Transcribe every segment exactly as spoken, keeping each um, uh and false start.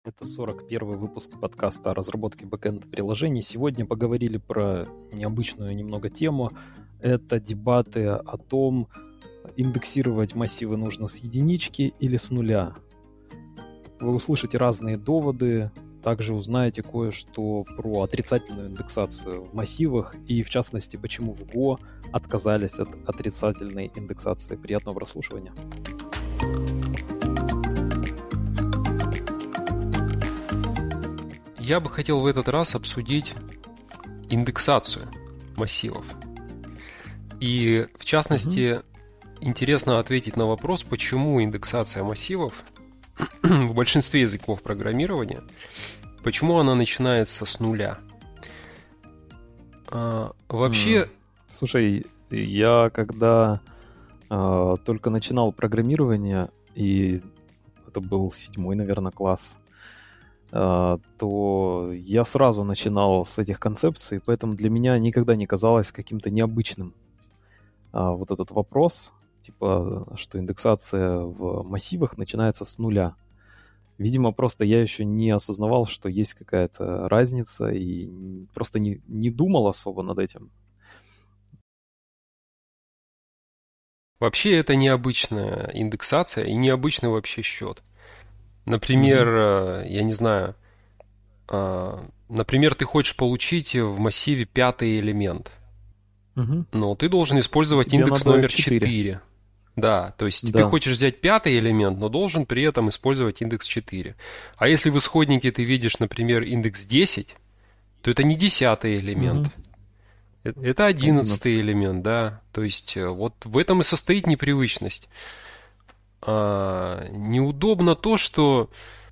Это сорок первый выпуск подкаста о разработке бэкэнд-приложений. Сегодня поговорили про необычную немного тему. Это дебаты о том, индексировать массивы нужно с единички или с нуля. Вы услышите разные доводы, также узнаете кое-что про отрицательную индексацию в массивах и, в частности, почему в Go отказались от отрицательной индексации. Приятного прослушивания. Я бы хотел в этот раз обсудить индексацию массивов. И, в частности, угу. интересно ответить на вопрос, почему индексация массивов в большинстве языков программирования, почему она начинается с нуля. А, вообще... Слушай, я когда а, только начинал программирование, и это был седьмой, наверное, класс, то я сразу начинал с этих концепций, поэтому для меня никогда не казалось каким-то необычным а, вот этот вопрос, типа, что индексация в массивах начинается с нуля. Видимо, просто я еще не осознавал, что есть какая-то разница, и просто не, не думал особо над этим. Вообще это необычная индексация и необычный вообще счет. Например, mm-hmm. я не знаю, например, ты хочешь получить в массиве пятый элемент, mm-hmm. но ты должен использовать Тебе индекс номер четыре. Да, то есть да. ты хочешь взять пятый элемент, но должен при этом использовать индекс четыре. А если в исходнике ты видишь, например, индекс десять, то это не десятый элемент. Mm-hmm. Это одиннадцатый элемент, да. То есть вот в этом и состоит непривычность. А, неудобно то, что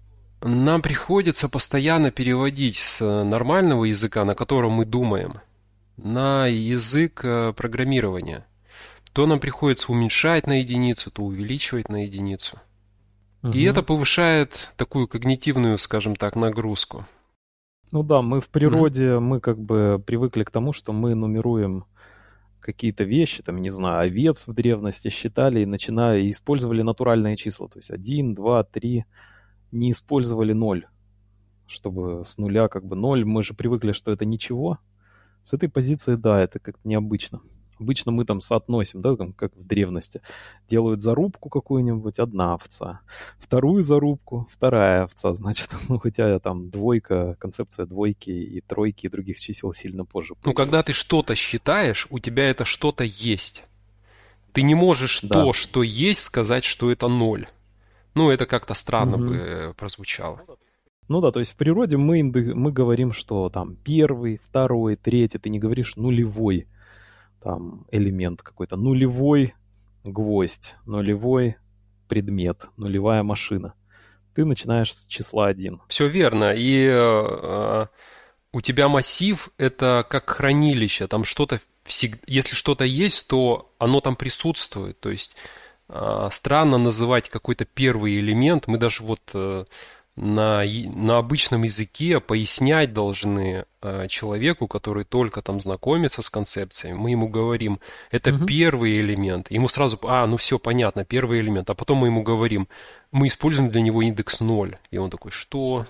нам приходится постоянно переводить с нормального языка, на котором мы думаем, на язык программирования. То нам приходится уменьшать на единицу, то увеличивать на единицу. Угу. И это повышает такую когнитивную, скажем так, нагрузку. Ну да, мы в природе, mm. мы как бы привыкли к тому, что мы нумеруем какие-то вещи, там, не знаю, овец в древности считали и начиная, и использовали натуральные числа. То есть один, два, три, не использовали ноль, чтобы с нуля как бы ноль. Мы же привыкли, что это ничего. С этой позиции, да, это как-то необычно. Обычно мы там соотносим, да, там, как в древности. Делают зарубку какую-нибудь, одна овца. Вторую зарубку, вторая овца. Значит, ну, хотя там двойка, концепция двойки и тройки и других чисел сильно позже появилась. Ну, когда ты что-то считаешь, у тебя это что-то есть. Ты не можешь да. то, что есть, сказать, что это ноль. Ну, это как-то странно угу. бы прозвучало. Ну да, то есть в природе мы, мы говорим, что там первый, второй, третий, ты не говоришь нулевой. Там элемент какой-то, нулевой гвоздь, нулевой предмет, нулевая машина. Ты начинаешь с числа один. Все верно. И э, у тебя массив — это как хранилище. Там что-то, всег... если что-то есть, то оно там присутствует. То есть э, странно называть какой-то первый элемент. Мы даже вот... Э, На, на обычном языке пояснять должны э, человеку, который только там знакомится с концепцией. Мы ему говорим, это угу. первый элемент. Ему сразу, а, ну все, понятно, первый элемент. А потом мы ему говорим, мы используем для него индекс ноль. И он такой, что?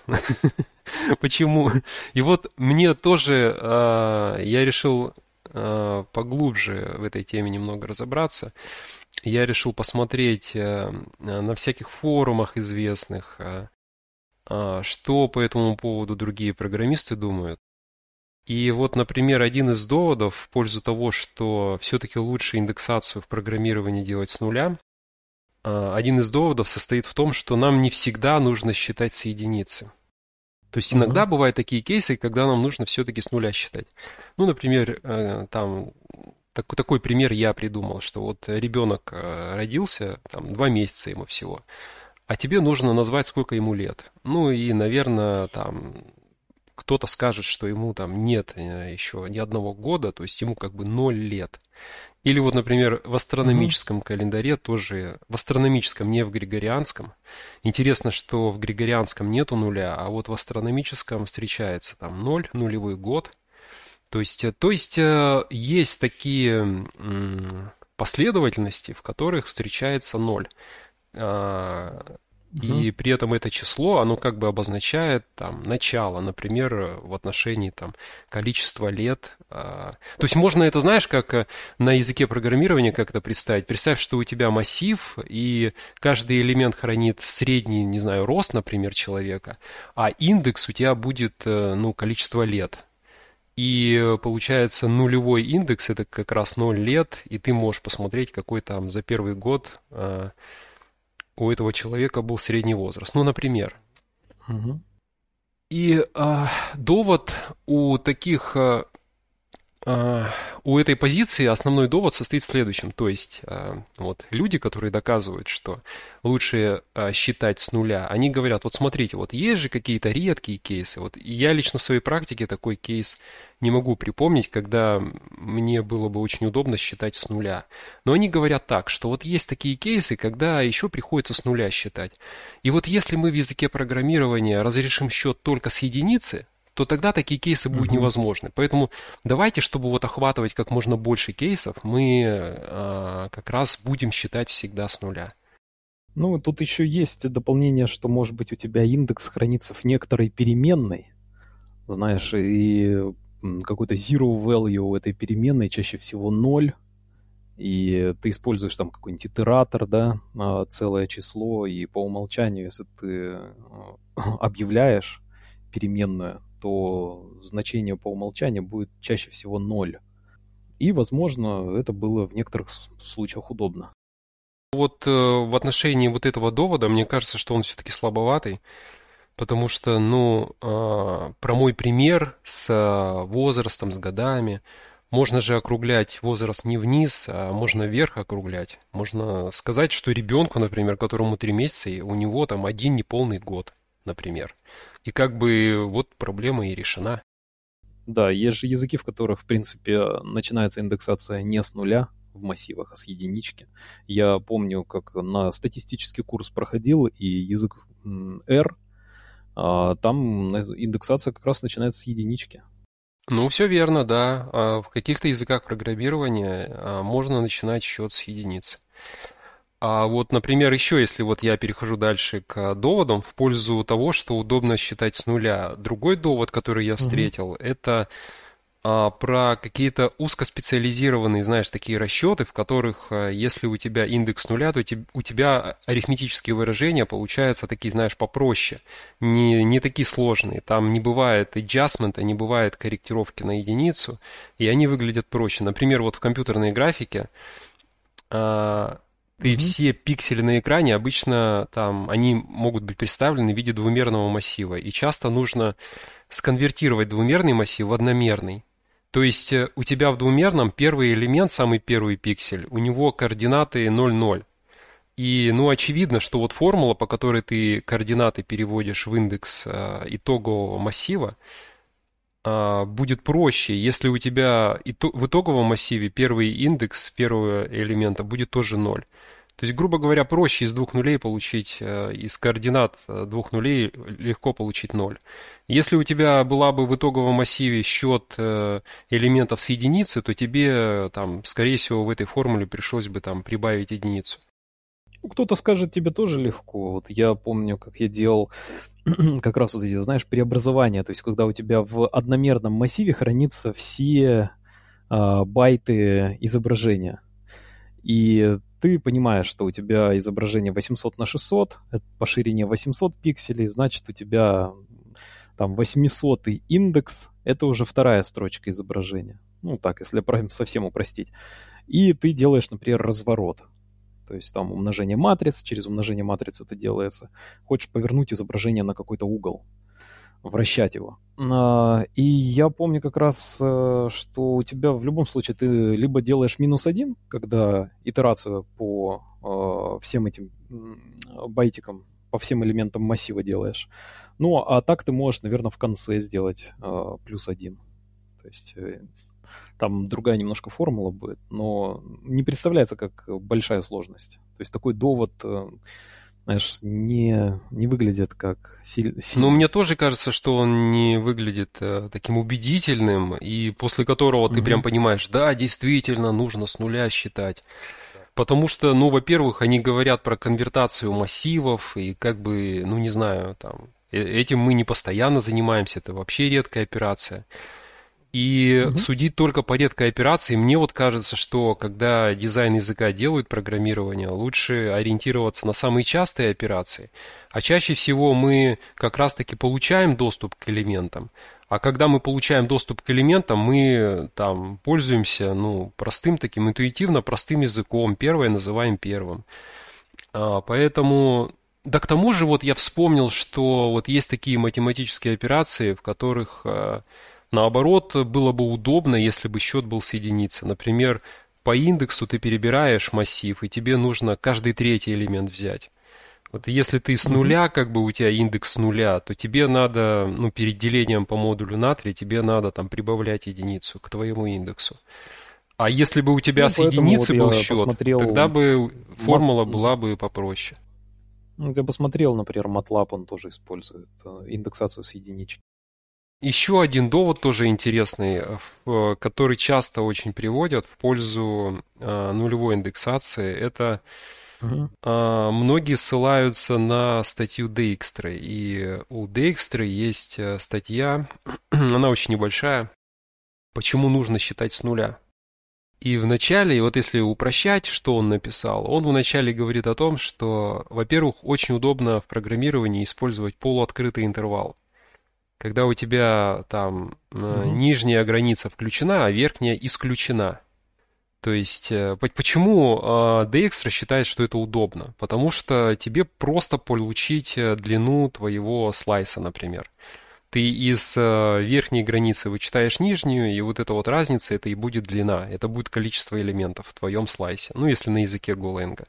Почему? И вот мне тоже, я решил поглубже в этой теме немного разобраться. Я решил посмотреть на всяких форумах известных, что по этому поводу другие программисты думают. И вот, например, один из доводов в пользу того, что все-таки лучше индексацию в программировании делать с нуля, один из доводов состоит в том, что нам не всегда нужно считать с единицы. То есть иногда uh-huh. бывают такие кейсы, когда нам нужно все-таки с нуля считать. Ну, например, там такой, такой пример я придумал, что вот ребенок родился, там два месяца ему всего, а тебе нужно назвать, сколько ему лет. Ну и, наверное, там кто-то скажет, что ему там нет еще ни одного года, то есть ему как бы ноль лет. Или вот, например, в астрономическом uh-huh. календаре тоже, в астрономическом, не в григорианском. Интересно, что в григорианском нету нуля, а вот в астрономическом встречается там ноль, нулевой год. То есть, то есть есть такие последовательности, в которых встречается ноль. Мгм. И при этом это число, оно как бы обозначает там начало, например, в отношении там количества лет. а. То есть можно это, знаешь, как э, на языке программирования как это представить? Представь, что у тебя массив, и каждый элемент хранит средний, не знаю, рост, например, человека, а индекс у тебя будет, э, ну, количество лет. И э, получается нулевой индекс это как раз ноль лет, и ты можешь посмотреть, какой там за первый год э, у этого человека был средний возраст. Ну, например. Мгм. И а, довод у таких, а, а, у этой позиции основной довод состоит в следующем. То есть а, вот люди, которые доказывают, что лучше а, считать с нуля, они говорят, вот смотрите, вот есть же какие-то редкие кейсы. Вот я лично в своей практике такой кейс не могу припомнить, когда мне было бы очень удобно считать с нуля. Но они говорят так, что вот есть такие кейсы, когда еще приходится с нуля считать. И вот если мы в языке программирования разрешим счет только с единицы, то тогда такие кейсы будут Мгм. невозможны. Поэтому давайте, чтобы вот охватывать как можно больше кейсов, мы а, как раз будем считать всегда с нуля. Ну, тут еще есть дополнение, что, может быть, у тебя индекс хранится в некоторой переменной, знаешь, и м, какой-то zero value у этой переменной чаще всего ноль, и ты используешь там какой-нибудь итератор, да, а, целое число, и по умолчанию, если ты а, объявляешь переменную, то значение по умолчанию будет чаще всего ноль. И, возможно, это было в некоторых с- случаях удобно. Вот э, в отношении вот этого довода, мне кажется, что он все-таки слабоватый, потому что, ну, а, про мой пример с а, возрастом, с годами, можно же округлять возраст не вниз, а можно вверх округлять. Можно сказать, что ребенку, например, которому три месяца, и у него там один неполный год, например. И как бы вот проблема и решена. Да, есть же языки, в которых, в принципе, начинается индексация не с нуля в массивах, а с единички. Я помню, как на статистический курс проходил, и язык м, R, а, там на- индексация как раз начинается с единички. Ну, все верно, да. А в каких-то языках программирования а, можно начинать счет с единицы. А вот, например, еще если вот я перехожу дальше к доводам в пользу того, что удобно считать с нуля. Другой довод, который я Мгм. встретил, это а, про какие-то узкоспециализированные, знаешь, такие расчеты, в которых, а, если у тебя индекс нуля, то те- у тебя арифметические выражения получаются такие, знаешь, попроще, не, не такие сложные. Там не бывает adjustment, не бывает корректировки на единицу, и они выглядят проще. Например, вот в компьютерной графике а, ты Мгм. все пиксели на экране обычно там, они могут быть представлены в виде двумерного массива, и часто нужно сконвертировать двумерный массив в одномерный. То есть э, у тебя в двумерном первый элемент, самый первый пиксель, у него координаты ноль ноль. И, ну, очевидно, что вот формула, по которой ты координаты переводишь в индекс э, итогового массива, а, будет проще, если у тебя ито- в итоговом массиве первый индекс первого элемента будет тоже ноль. То есть, грубо говоря, проще из двух нулей получить, э, из координат э, двух нулей легко получить ноль. Если у тебя была бы в итоговом массиве счет э, элементов с единицы, то тебе э, там, скорее всего, в этой формуле пришлось бы там прибавить единицу. Ну, кто-то скажет, тебе тоже легко. Вот я помню, как я делал как раз вот эти, знаешь, преобразования. То есть, когда у тебя в одномерном массиве хранятся все а, байты изображения. И ты понимаешь, что у тебя изображение восемьсот на шестьсот, это по ширине восемьсот пикселей, значит, у тебя там восьмисотый индекс, это уже вторая строчка изображения. Ну, так, если прям совсем упростить. И ты делаешь, например, разворот. То есть там умножение матриц, через умножение матриц это делается. Хочешь повернуть изображение на какой-то угол, вращать его. А, И я помню как раз, э, что у тебя в любом случае ты либо делаешь минус один, когда итерацию по э, всем этим м, байтикам, по всем элементам массива делаешь. Ну, а так ты можешь, наверное, в конце сделать э, плюс один. То есть э, там другая немножко формула будет, но не представляется как большая сложность. То есть такой довод, э, знаешь, не, не выглядит как силь- Но мне сильный. тоже кажется, что он не выглядит э, таким убедительным, и после которого ты прям Мгм. понимаешь, да, действительно, нужно с нуля считать. Потому что, ну, во-первых, они говорят про конвертацию массивов, и как бы, ну, не знаю, там, э- этим мы не постоянно занимаемся, это вообще редкая операция. И Мгм. судить только по редкой операции, мне вот кажется, что когда дизайн языка делают программирование, лучше ориентироваться на самые частые операции. А чаще всего мы как раз-таки получаем доступ к элементам. А когда мы получаем доступ к элементам, мы там пользуемся, ну, простым таким, интуитивно простым языком. Первое называем первым. А, поэтому, да к тому же вот я вспомнил, что вот есть такие математические операции, в которых а, наоборот было бы удобно, если бы счет был с единицы. Например, по индексу ты перебираешь массив, и тебе нужно каждый третий элемент взять. Вот если ты с Мгм. нуля, как бы у тебя индекс нуля, то тебе надо, ну, перед делением по модулю на три, тебе надо там прибавлять единицу к твоему индексу. А если бы у тебя Ну, с поэтому вот единицы был я счет, тогда посмотрел, бы мат... формула была Мгм. бы попроще. Ну, я посмотрел, например, MATLAB, он тоже использует э, индексацию с единички. Еще один довод тоже интересный, э, в- который часто очень приводят в пользу э, нулевой индексации, это Мгм. э, многие ссылаются на статью Dijkstra. И у Dijkstra есть э, статья, она очень небольшая, почему нужно считать с нуля. И вначале, и вот если упрощать, что он написал, он вначале говорит о том, что, во-первых, очень удобно в программировании использовать полуоткрытый интервал. Когда у тебя там э, Мгм. нижняя граница включена, а верхняя исключена. То есть, э, по- почему э, Dijkstra считает, что это удобно? Потому что тебе просто получить э, длину твоего слайса, например. Ты из э, верхней границы вычитаешь нижнюю, и вот эта вот разница, это и будет длина. Это будет количество элементов в твоем слайсе. Ну, если на языке Golang.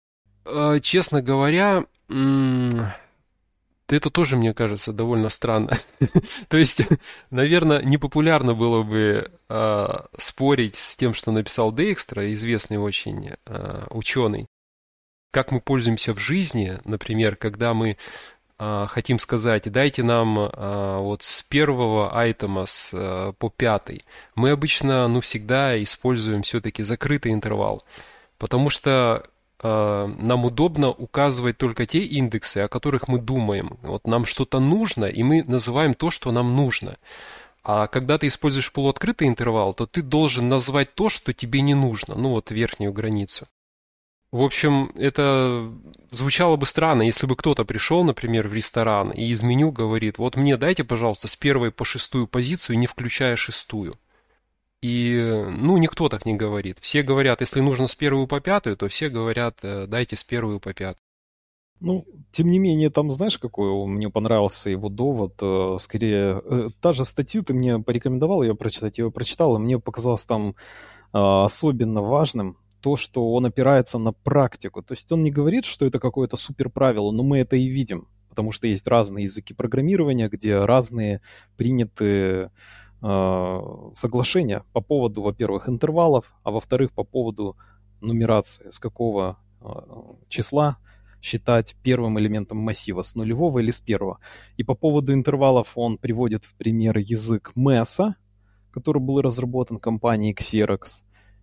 Э, честно говоря, м, это тоже, мне кажется, довольно странно. То есть, наверное, непопулярно было бы э, спорить с тем, что написал Dijkstra, известный очень э, ученый. Как мы пользуемся в жизни, например, когда мы а, хотим сказать, дайте нам а, вот с первого айтема с, а, по пятый. Мы обычно, ну, всегда используем все-таки закрытый интервал, потому что а, нам удобно указывать только те индексы, о которых мы думаем. Вот нам что-то нужно, и мы называем то, что нам нужно. А когда ты используешь полуоткрытый интервал, то ты должен назвать то, что тебе не нужно, ну вот верхнюю границу. В общем, это звучало бы странно, если бы кто-то пришел, например, в ресторан и из меню говорит, вот мне дайте, пожалуйста, с первой по шестую позицию, не включая шестую. И, ну, никто так не говорит. Все говорят, если нужно с первую по пятую, то все говорят, э, дайте с первую по пятую. Ну, тем не менее, там, знаешь, какой он- мне понравился его довод? э, Скорее, э, та же статью ты мне порекомендовал ее прочитать, я ее прочитал, и мне показалось там а, особенно важным то, что он опирается на практику. То есть он не говорит, что это какое-то супер правило, но мы это и видим, потому что есть разные языки программирования, где разные приняты а, соглашения по поводу, во-первых, интервалов, а во-вторых, по поводу нумерации, с какого а, числа считать первым элементом массива, с нулевого или с первого. И по поводу интервалов он приводит в пример язык Mesa, который был разработан компанией Xerox.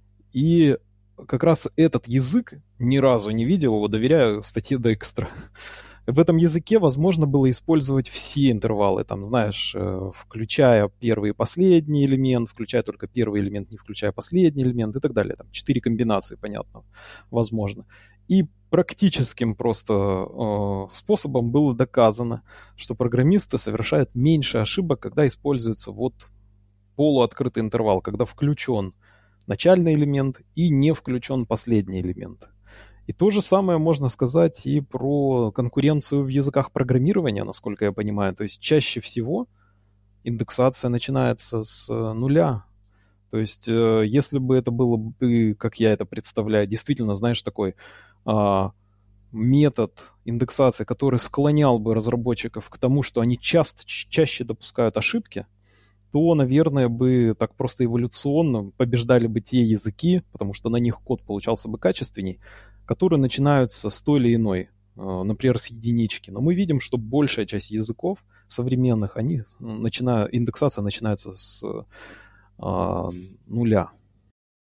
И как раз этот язык ни разу не видел его, доверяю статье Dijkstra. В этом языке возможно было использовать все интервалы, там, знаешь, э, включая первый и последний элемент, включая только первый элемент, не включая последний элемент и так далее. Там четыре комбинации, понятно, возможно. И практическим просто э, способом было доказано, что программисты совершают меньше ошибок, когда используется вот полуоткрытый интервал, когда включен начальный элемент и не включен последний элемент. И то же самое можно сказать и про конкуренцию в языках программирования, насколько я понимаю. То есть чаще всего индексация начинается с э, нуля. То есть э, если бы это было бы, как я это представляю, действительно, знаешь, такой а, метод индексации, который склонял бы разработчиков к тому, что они часто, чаще допускают ошибки, то, наверное, бы так просто эволюционно побеждали бы те языки, потому что на них код получался бы качественней, которые начинаются с той или иной, э, например, с единички. Но мы видим, что большая часть языков современных, они начинают, индексация начинается с а, нуля.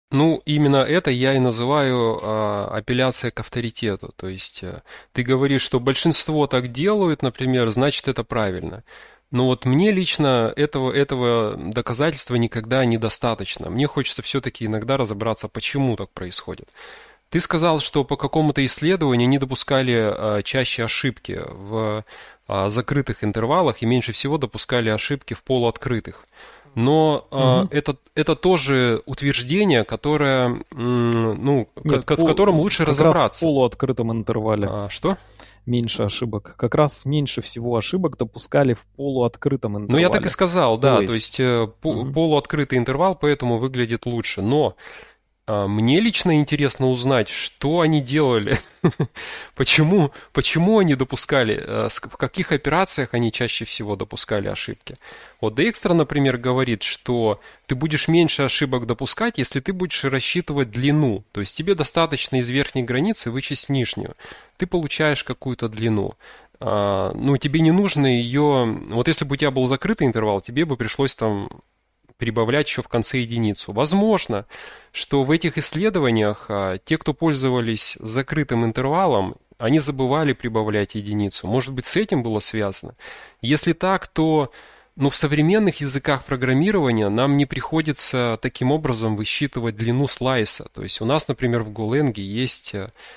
Ну, именно это я и называю а, апелляция к авторитету. То есть а, ты говоришь, что большинство так делают, например, значит это правильно. Но вот мне лично этого, этого доказательства никогда недостаточно. Мне хочется все-таки иногда разобраться, почему так происходит. Ты сказал, что по какому-то исследованию не допускали а, чаще ошибки в а, закрытых интервалах и меньше всего допускали ошибки в полуоткрытых. Но Мгм. э, это, это тоже утверждение, которое, м, ну, Нет, к- в пол- котором лучше как раз в разобраться. полуоткрытом интервале А, что? меньше ошибок. Как раз меньше всего ошибок допускали в полуоткрытом Ну, я так и интервале. сказал, То да, то есть, есть э, по- мгм. полуоткрытый интервал поэтому выглядит лучше. Но а, мне лично интересно узнать, что они делали, почему, почему они допускали, э, с- в каких операциях они чаще всего допускали ошибки. Вот Дейкстра, например, говорит, что ты будешь меньше ошибок допускать, если ты будешь рассчитывать длину. То есть тебе достаточно из верхней границы вычесть нижнюю. Ты получаешь какую-то длину. А, ну, тебе не нужно ее... Вот если бы у тебя был закрытый интервал, тебе бы пришлось там прибавлять еще в конце единицу. Возможно, что в этих исследованиях а, те, кто пользовались закрытым интервалом, они забывали прибавлять единицу. Может быть, с этим было связано? Если так, то ну, в современных языках программирования нам не приходится таким образом высчитывать длину слайса. То есть у нас, например, в Golang есть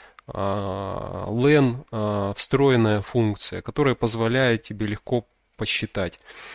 а, len, а, встроенная функция, которая позволяет тебе легко посчитать.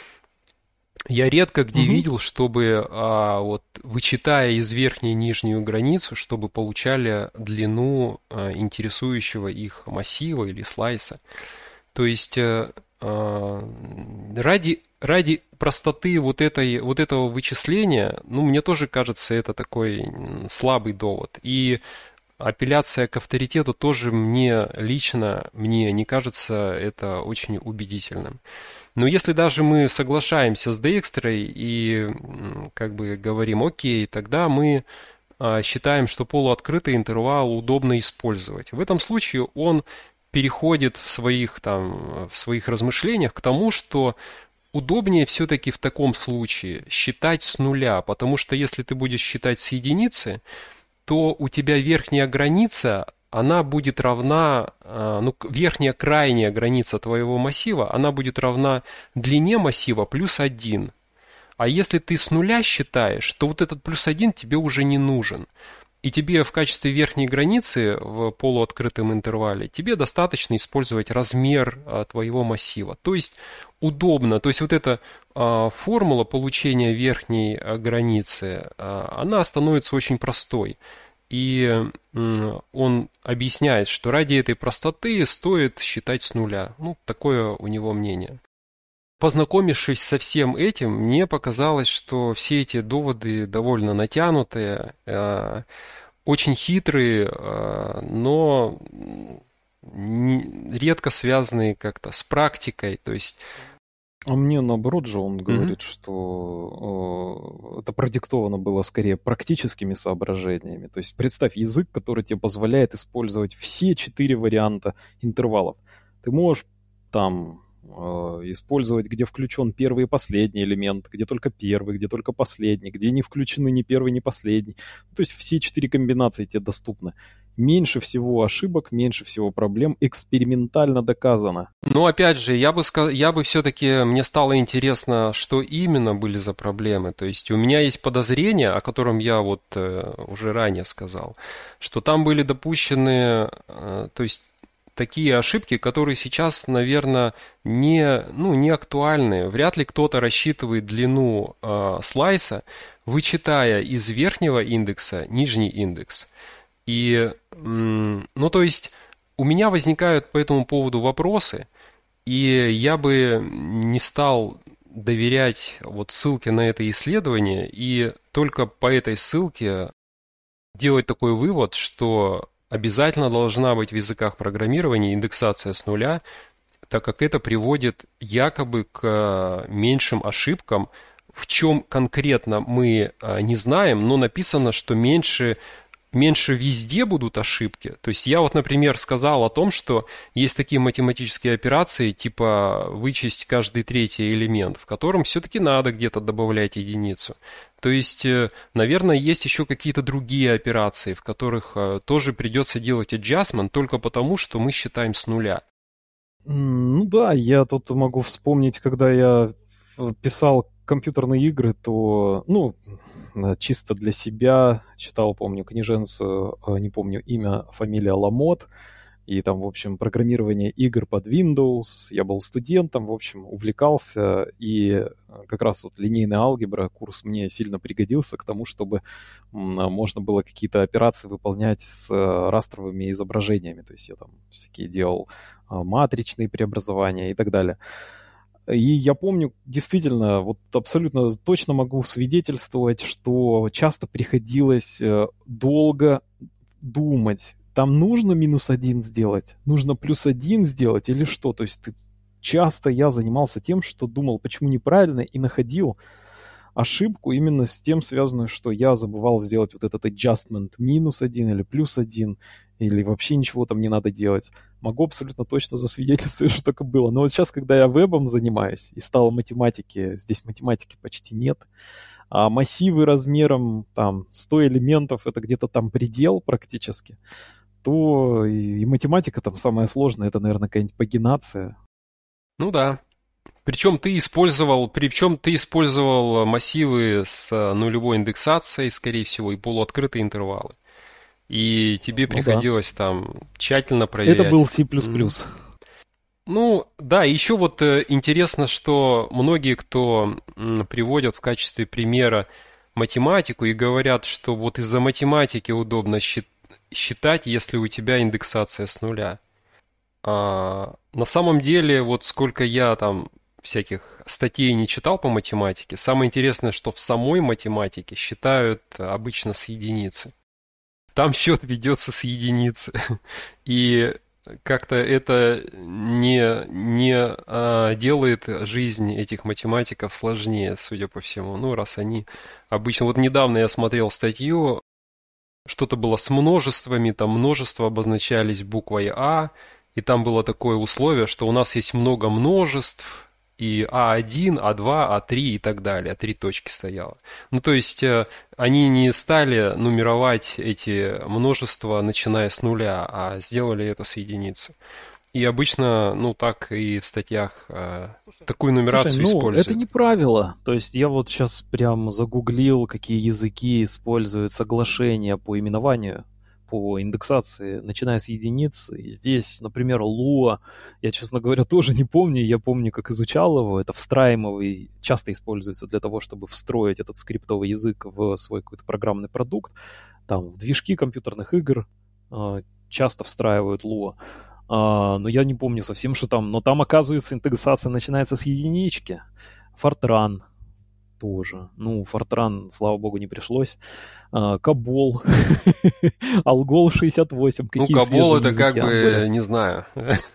Я редко где Мгм. видел, чтобы а, вот вычитая из верхней и нижнюю границу, чтобы получали длину а, интересующего их массива или слайса. То есть э, а, ради, ради простоты вот, этой, вот этого вычисления, ну, мне тоже кажется, это такой м, слабый довод. И апелляция к авторитету тоже мне лично, мне не кажется это очень убедительным. Но если даже мы соглашаемся с Дейкстрой и м, как бы говорим окей, тогда мы а, считаем, что полуоткрытый интервал удобно использовать. В этом случае он переходит в своих, там, в своих размышлениях к тому, что удобнее все-таки в таком случае считать с нуля, потому что если ты будешь считать с единицы, то у тебя верхняя граница, она будет равна, а, ну, к- верхняя крайняя граница твоего массива, она будет равна длине массива плюс один. А если ты с нуля считаешь, то вот этот плюс один тебе уже не нужен. И тебе в качестве верхней границы в полуоткрытом интервале тебе достаточно использовать размер а, твоего массива. То есть удобно. То есть вот эта а, формула получения верхней а, границы, а, она становится очень простой. И м, он объясняет, что ради этой простоты стоит считать с нуля. Ну, такое у него мнение. Познакомившись со всем этим, мне показалось, что все эти доводы довольно натянутые, э, очень хитрые, э, но не- редко связанные как-то с практикой. То есть, А мне наоборот же он мгм. говорит, что э, это продиктовано было скорее практическими соображениями. То есть представь язык, который тебе позволяет использовать все четыре варианта интервалов. Ты можешь там э, использовать, где включен первый и последний элемент, где только первый, где только последний, где не включены ни первый, ни последний. То есть все четыре комбинации тебе доступны. Меньше всего ошибок, меньше всего проблем, экспериментально доказано. Но опять же, я бы сказал, я бы все-таки, мне стало интересно, что именно были за проблемы. То есть у меня есть подозрение, о котором я вот э, уже ранее сказал, что там были допущены, э, то есть такие ошибки, которые сейчас, наверное, не, ну, не актуальны. Вряд ли кто-то рассчитывает длину э, слайса, вычитая из верхнего индекса нижний индекс. И, м, ну, то есть у меня возникают по этому поводу вопросы, и я бы не стал доверять вот ссылке на это исследование и только по этой ссылке делать такой вывод, что обязательно должна быть в языках программирования индексация с нуля, так как это приводит якобы к э, меньшим ошибкам. В чем конкретно мы э, не знаем, но написано, что меньше меньше везде будут ошибки. То есть я вот, например, сказал о том, что есть такие математические операции, типа вычесть каждый третий элемент, в котором все-таки надо где-то добавлять единицу. То есть, наверное, есть еще какие-то другие операции, в которых тоже придется делать adjustment только потому, что мы считаем с нуля. Ну да, я тут могу вспомнить, когда я писал компьютерные игры, то, ну, чисто для себя читал, помню, книженцию, не помню имя, фамилия Ламот, и там, в общем, программирование игр под Windows. Я был студентом, в общем, увлекался, и как раз вот линейная алгебра, курс мне сильно пригодился к тому, чтобы можно было какие-то операции выполнять с растровыми изображениями. То есть я там всякие делал матричные преобразования и так далее. И я помню, действительно, вот абсолютно точно могу свидетельствовать, что часто приходилось долго думать, там нужно минус один сделать, нужно плюс один сделать или что. То есть ты, часто я занимался тем, что думал, почему неправильно, и находил ошибку именно с тем связанную, что я забывал сделать вот этот adjustment минус один или плюс один, или вообще ничего там не надо делать. Могу абсолютно точно засвидетельствовать, что так и было. Но вот сейчас, когда я вебом занимаюсь и стало математики, здесь математики почти нет, а массивы размером там сто элементов, это где-то там предел практически, то и, и математика там самая сложная, это, наверное, какая-нибудь пагинация. Ну да. Причем ты использовал, причем ты использовал массивы с нулевой индексацией, скорее всего, и полуоткрытые интервалы. И тебе Ну приходилось да. там тщательно проверять. Это был C++. Ну, да, еще вот интересно, что многие, кто приводят в качестве примера математику и говорят, что вот из-за математики удобно считать, если у тебя индексация с нуля. А на самом деле, вот сколько я там всяких статей не читал по математике, самое интересное, что в самой математике считают обычно с единицы. Там счет ведется с единицы. И как-то это не, не а, делает жизнь этих математиков сложнее, судя по всему. Ну, раз они обычно... Вот недавно я смотрел статью, что-то было с множествами, там множества обозначались буквой А, и там было такое условие, что у нас есть много множеств, и А один, А два, А три и так далее. Три точки стояло. Ну, то есть, они не стали нумеровать эти множества, начиная с нуля, а сделали это с единицы. И обычно, ну, так и в статьях такую нумерацию Слушай, ну, используют. это не правило. То есть я вот сейчас прям загуглил, какие языки используют соглашения по именованию, по индексации, начиная с единиц. И здесь, например, Lua, я, честно говоря, тоже не помню. Я помню, как изучал его. Это встраиваемый, часто используется для того, чтобы встроить этот скриптовый язык в свой какой-то программный продукт. Там в движки компьютерных игр э, часто встраивают Lua. Uh, но я не помню совсем, что там. Но там, оказывается, индексация начинается с единички. Fortran тоже. Ну, Fortran, слава богу, не пришлось. Uh, Cabol. Algol шестьдесят восемь. Ну, Cabol это как бы, не знаю.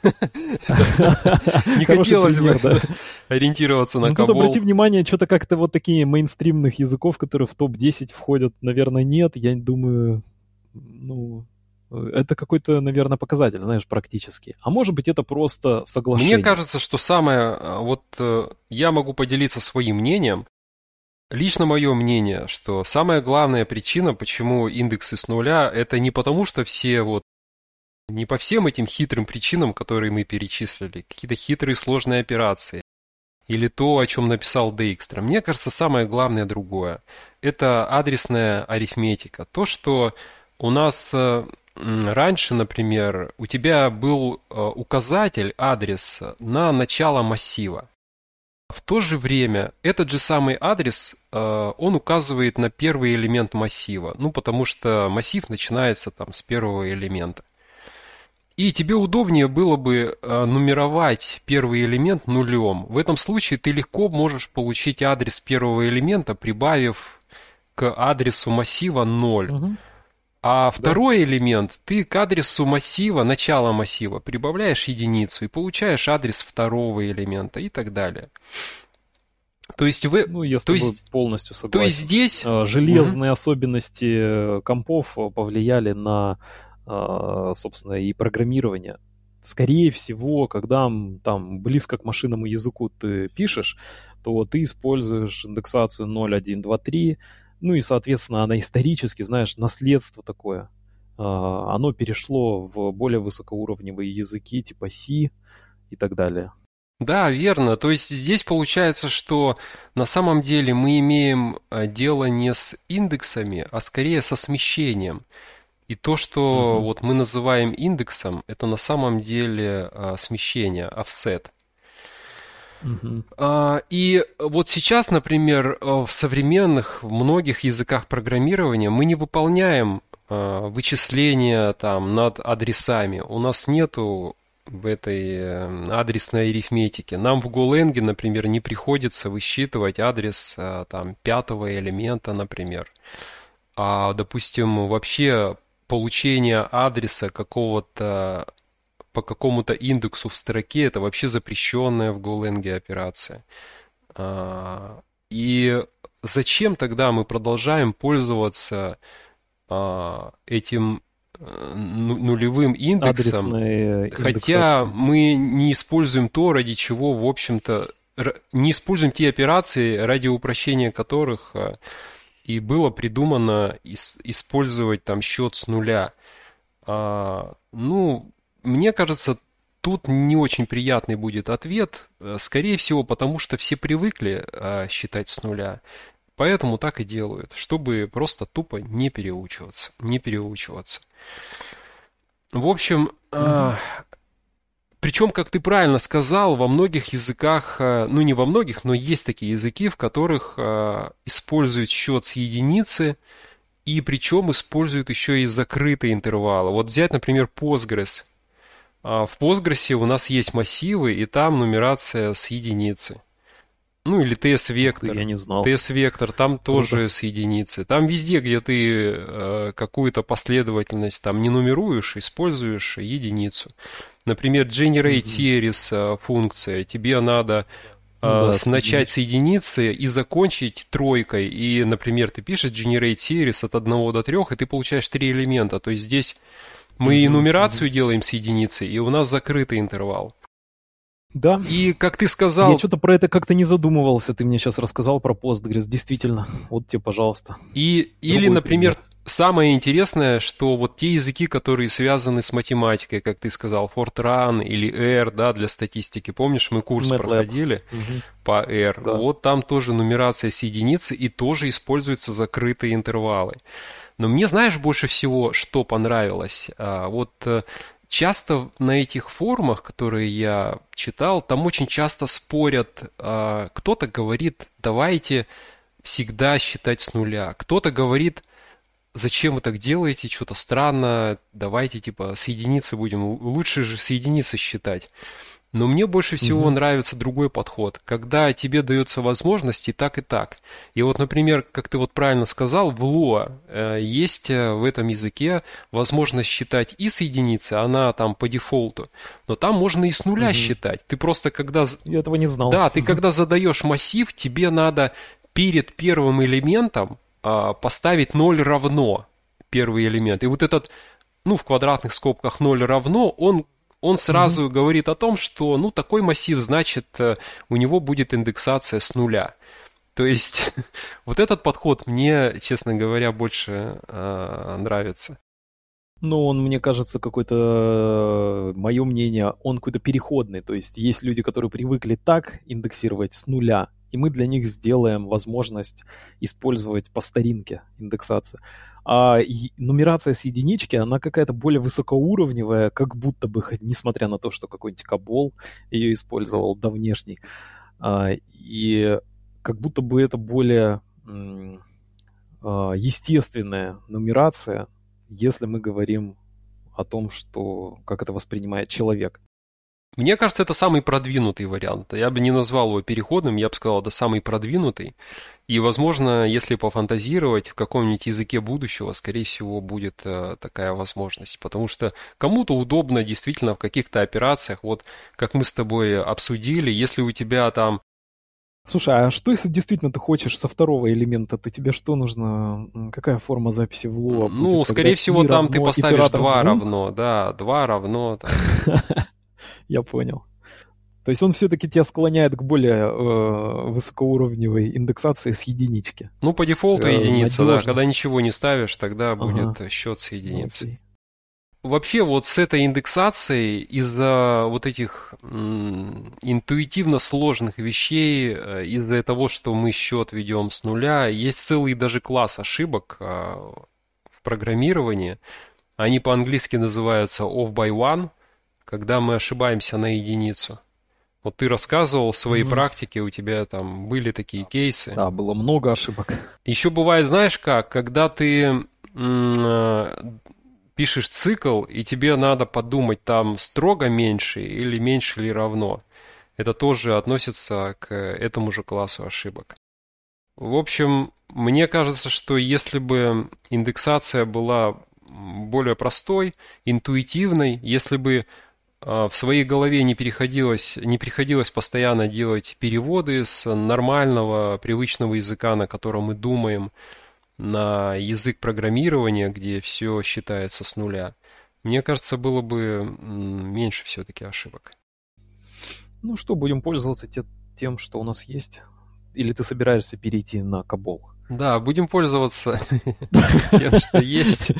Не хотелось бы ориентироваться на Cabol. Тут обрати внимание, что-то как-то вот такие мейнстримных языков, которые в топ десять входят, наверное, нет. Я думаю, ну... Это какой-то, наверное, показатель, знаешь, практически. А может быть, это просто соглашение. Мне кажется, что самое... Вот я могу поделиться своим мнением. Лично мое мнение, что самая главная причина, почему индексы с нуля, это не потому, что все вот... Не по всем этим хитрым причинам, которые мы перечислили, какие-то хитрые сложные операции, или то, о чем написал Дейкстра. Мне кажется, самое главное другое. Это адресная арифметика. То, что у нас... Раньше, например, у тебя был указатель, адрес на начало массива. В то же время этот же самый адрес, он указывает на первый элемент массива. Ну, потому что массив начинается там с первого элемента. И тебе удобнее было бы нумеровать первый элемент нулем. В этом случае ты легко можешь получить адрес первого элемента, прибавив к адресу массива ноль. Угу. А второй да. элемент, ты к адресу массива, начала массива, прибавляешь единицу и получаешь адрес второго элемента и так далее. То есть вы... Ну, я с то тобой есть, полностью то согласен. есть здесь... А, Железные особенности компов повлияли на, а, собственно, и программирование. Скорее всего, когда м, там близко к машинному языку ты пишешь, то ты используешь индексацию ноль, один, два, три. Ну и, соответственно, она исторически, знаешь, наследство такое. А, Оно перешло в более высокоуровневые языки типа C и так далее. Да, верно. То есть здесь получается, что на самом деле мы имеем э, дело не с индексами, а скорее со смещением. И то, что Мгм. вот мы называем индексом, это на самом деле э, смещение, offset. Мгм. А, И вот сейчас, например, э, в современных, в многих языках программирования мы не выполняем э, вычисления там над адресами. У нас нету в этой э, адресной арифметике. Нам в Golang, например, не приходится высчитывать адрес э, там пятого элемента, например. А, допустим, вообще получение адреса какого-то по какому-то индексу в строке, это вообще запрещенная в Golang операция. А, И зачем тогда мы продолжаем пользоваться а, этим э, ну- нулевым индексом, Адресная хотя индексация. мы не используем то, ради чего, в общем-то, р- не используем те операции, ради упрощения которых а, и было придумано ис- использовать там счет с нуля. А, ну, мне кажется, тут не очень приятный будет ответ. Э, Скорее всего, потому что все привыкли а, считать с нуля. Поэтому так и делают, чтобы просто тупо не переучиваться. Не переучиваться. В общем, Мгм. а, причем, как ты правильно сказал, во многих языках, а, ну не во многих, но есть такие языки, в которых а, используют счет с единицы, и причем используют еще и закрытые интервалы. Вот взять, например, Postgres. А В Postgres у нас есть массивы, и там нумерация с единицы. Ну или Ух ты, я TS-вектор. не знал. TS-вектор там Круто. тоже с единицы. Там везде, где ты э, какую-то последовательность там не нумеруешь, используешь единицу. Например, generate Мгм. series э, функция. Тебе надо Ну э, да, с- начать с соединить. единицы и закончить тройкой. И, например, ты пишешь generate series от одного до трех, и ты получаешь три элемента. То есть здесь мы и Мгм, мгм. нумерацию делаем с единицей, и у нас закрытый интервал. Да, И, как ты я сказал, что-то про это как-то не задумывался. Ты мне сейчас рассказал про Postgres. Действительно, вот тебе, пожалуйста, и, или, другой например, пример. самое интересное, что вот те языки, которые связаны с математикой, как ты сказал, Fortran или R, да, для статистики, помнишь, мы курс MATLAB. проходили Мгм. по R, Да. вот там тоже нумерация с единицы и тоже используются закрытые интервалы. Но мне, знаешь, больше всего, что понравилось? А, Вот э, часто на этих форумах, которые я читал, там очень часто спорят. а, Кто-то говорит, давайте всегда считать с нуля. Кто-то говорит, зачем вы так делаете, что-то странно, давайте типа с единицы будем, лучше же с единицы считать. Но мне больше всего Мгм. нравится другой подход, когда тебе дается возможность и так, и так. И вот, например, как ты вот правильно сказал, в Lua э, есть э, в этом языке возможность считать и с единицы, она там по дефолту, но там можно и с нуля Мгм. считать. Ты просто когда... з- Я этого не знал. Да, ты когда задаешь массив, тебе надо перед первым элементом а, поставить ноль равно первый элемент. И вот этот, ну, в квадратных скобках ноль равно, он он Мгм. сразу говорит о том, что, ну, такой массив, значит, э, у него будет индексация с нуля. То есть вот этот подход мне, честно говоря, больше э, нравится. Ну, он, мне кажется, какой-то, мое мнение, он какой-то переходный. То есть есть люди, которые привыкли так индексировать с нуля, и мы для них сделаем возможность использовать по старинке индексацию. А и- нумерация с единички, она какая-то более высокоуровневая, как будто бы, хоть несмотря на то, что какой-нибудь Кабол ее использовал, да, внешний. А, и как будто бы это более м, а, естественная нумерация, если мы говорим о том, что как это воспринимает человек. Мне кажется, это самый продвинутый вариант. Я бы не назвал его переходным, я бы сказал, это самый продвинутый. И, возможно, если пофантазировать, в каком-нибудь языке будущего, скорее всего, будет э, такая возможность. Потому что кому-то удобно действительно в каких-то операциях, вот как мы с тобой обсудили, если у тебя там Слушай, а что если действительно ты хочешь со второго элемента, то тебе что нужно? Какая форма записи в Lua будет? Ну, скорее всего, там ты поставишь итератор два двум? равно, да, два равно. Так. Я понял. То есть он все-таки тебя склоняет к более э, высокоуровневой индексации с единички. Ну, по дефолту Э, единица, да. надежно. Когда ничего не ставишь, тогда Ага. будет счет с Ну, единицы. окей. Вообще вот с этой индексацией из-за вот этих м, интуитивно сложных вещей, э, из-за того, что мы счет ведем с нуля, есть целый даже класс ошибок а, в программировании. Они по-английски называются off by one, когда мы ошибаемся на единицу. Вот ты рассказывал в своей Мгм. практике, у тебя там были такие кейсы. Да, было много ошибок. Еще бывает, знаешь как, когда ты м, э, пишешь цикл, и тебе надо подумать, там строго меньше или меньше или равно. Это тоже относится к этому же классу ошибок. В общем, мне кажется, что если бы индексация была более простой, интуитивной, если бы в своей голове не переходилось, не приходилось постоянно делать переводы с нормального, привычного языка, на котором мы думаем, на язык программирования, где все считается с нуля, мне кажется, было бы меньше все-таки ошибок. Ну что, будем пользоваться те, тем, что у нас есть? Или ты собираешься перейти на Кабол? Да, будем пользоваться тем, что есть.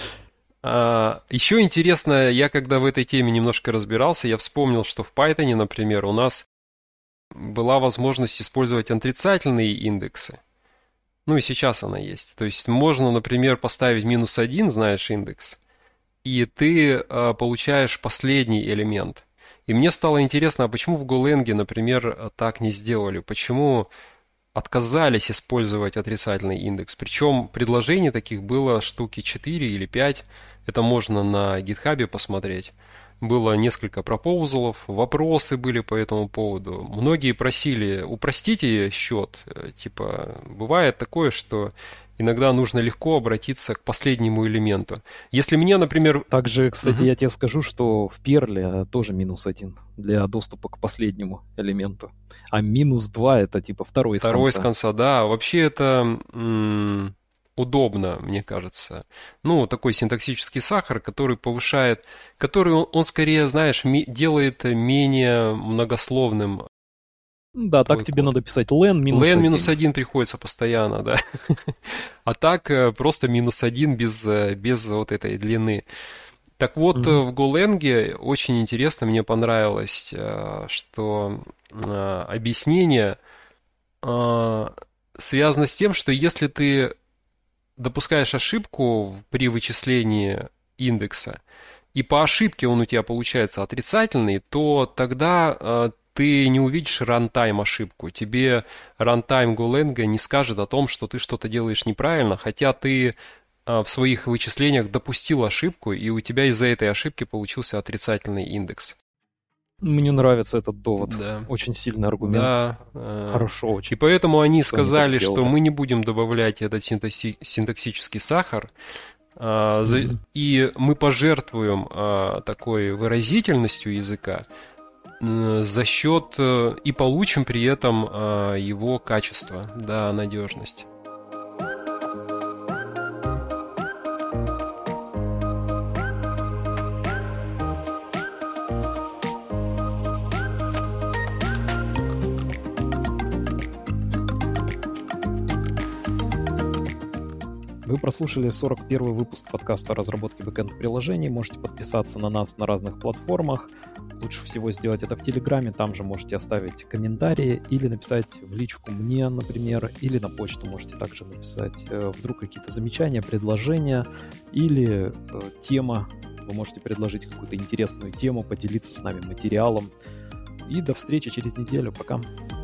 А, еще интересно, я когда в этой теме немножко разбирался, я вспомнил, что в Python, например, у нас была возможность использовать отрицательные индексы. Ну и сейчас она есть. То есть можно, например, поставить минус один, знаешь, индекс, и ты а, получаешь последний элемент. И мне стало интересно, а почему в Golang, например, так не сделали? Почему отказались использовать отрицательный индекс? Причем предложений таких было штуки четыре или пять. Это можно на GitHub посмотреть. Было несколько пропоузалов, вопросы были по этому поводу. Многие просили, упростите счет. Типа, бывает такое, что иногда нужно легко обратиться к последнему элементу. Если мне, например... Также, кстати, Мгм. я тебе скажу, что в перле тоже минус один для доступа к последнему элементу. А минус два это типа второй из Второй конца. с конца, да. Вообще это м, удобно, мне кажется. Ну, такой синтаксический сахар, который повышает, который он, он скорее, знаешь, ми- делает менее многословным Да, твой так тебе код. надо писать len минус len один. минус один приходится постоянно, да. А так э, просто минус один без, э, без вот этой длины. Так вот, э, Мгм. в Golang очень интересно, мне понравилось, э, что э, объяснение э, связано с тем, что если ты допускаешь ошибку при вычислении индекса, и по ошибке он у тебя получается отрицательный, то тогда э, ты не увидишь рантайм ошибку. Тебе рантайм Golang не скажет о том, что ты что-то делаешь неправильно, хотя ты э, в своих вычислениях допустил ошибку, и у тебя из-за этой ошибки получился отрицательный индекс. Мне нравится этот довод. Да. Очень сильный аргумент. Да. э, Хорошо И очень. поэтому они Что они так сказали, что сделали. мы не будем добавлять этот синтакси- синтаксический сахар, а, за- Мгм. и мы пожертвуем а, такой выразительностью языка м, за счет э, и получим при этом а, его качество, да, надежность. Вы прослушали сорок первый выпуск подкаста о разработке бэкэнд-приложений. Можете подписаться на нас на разных платформах. Лучше всего сделать это в Телеграме. Там же можете оставить комментарии или написать в личку мне, например, или на почту можете также написать. Э, Вдруг какие-то замечания, предложения или э, тема. Вы можете предложить какую-то интересную тему, поделиться с нами материалом. И до встречи через неделю. Пока.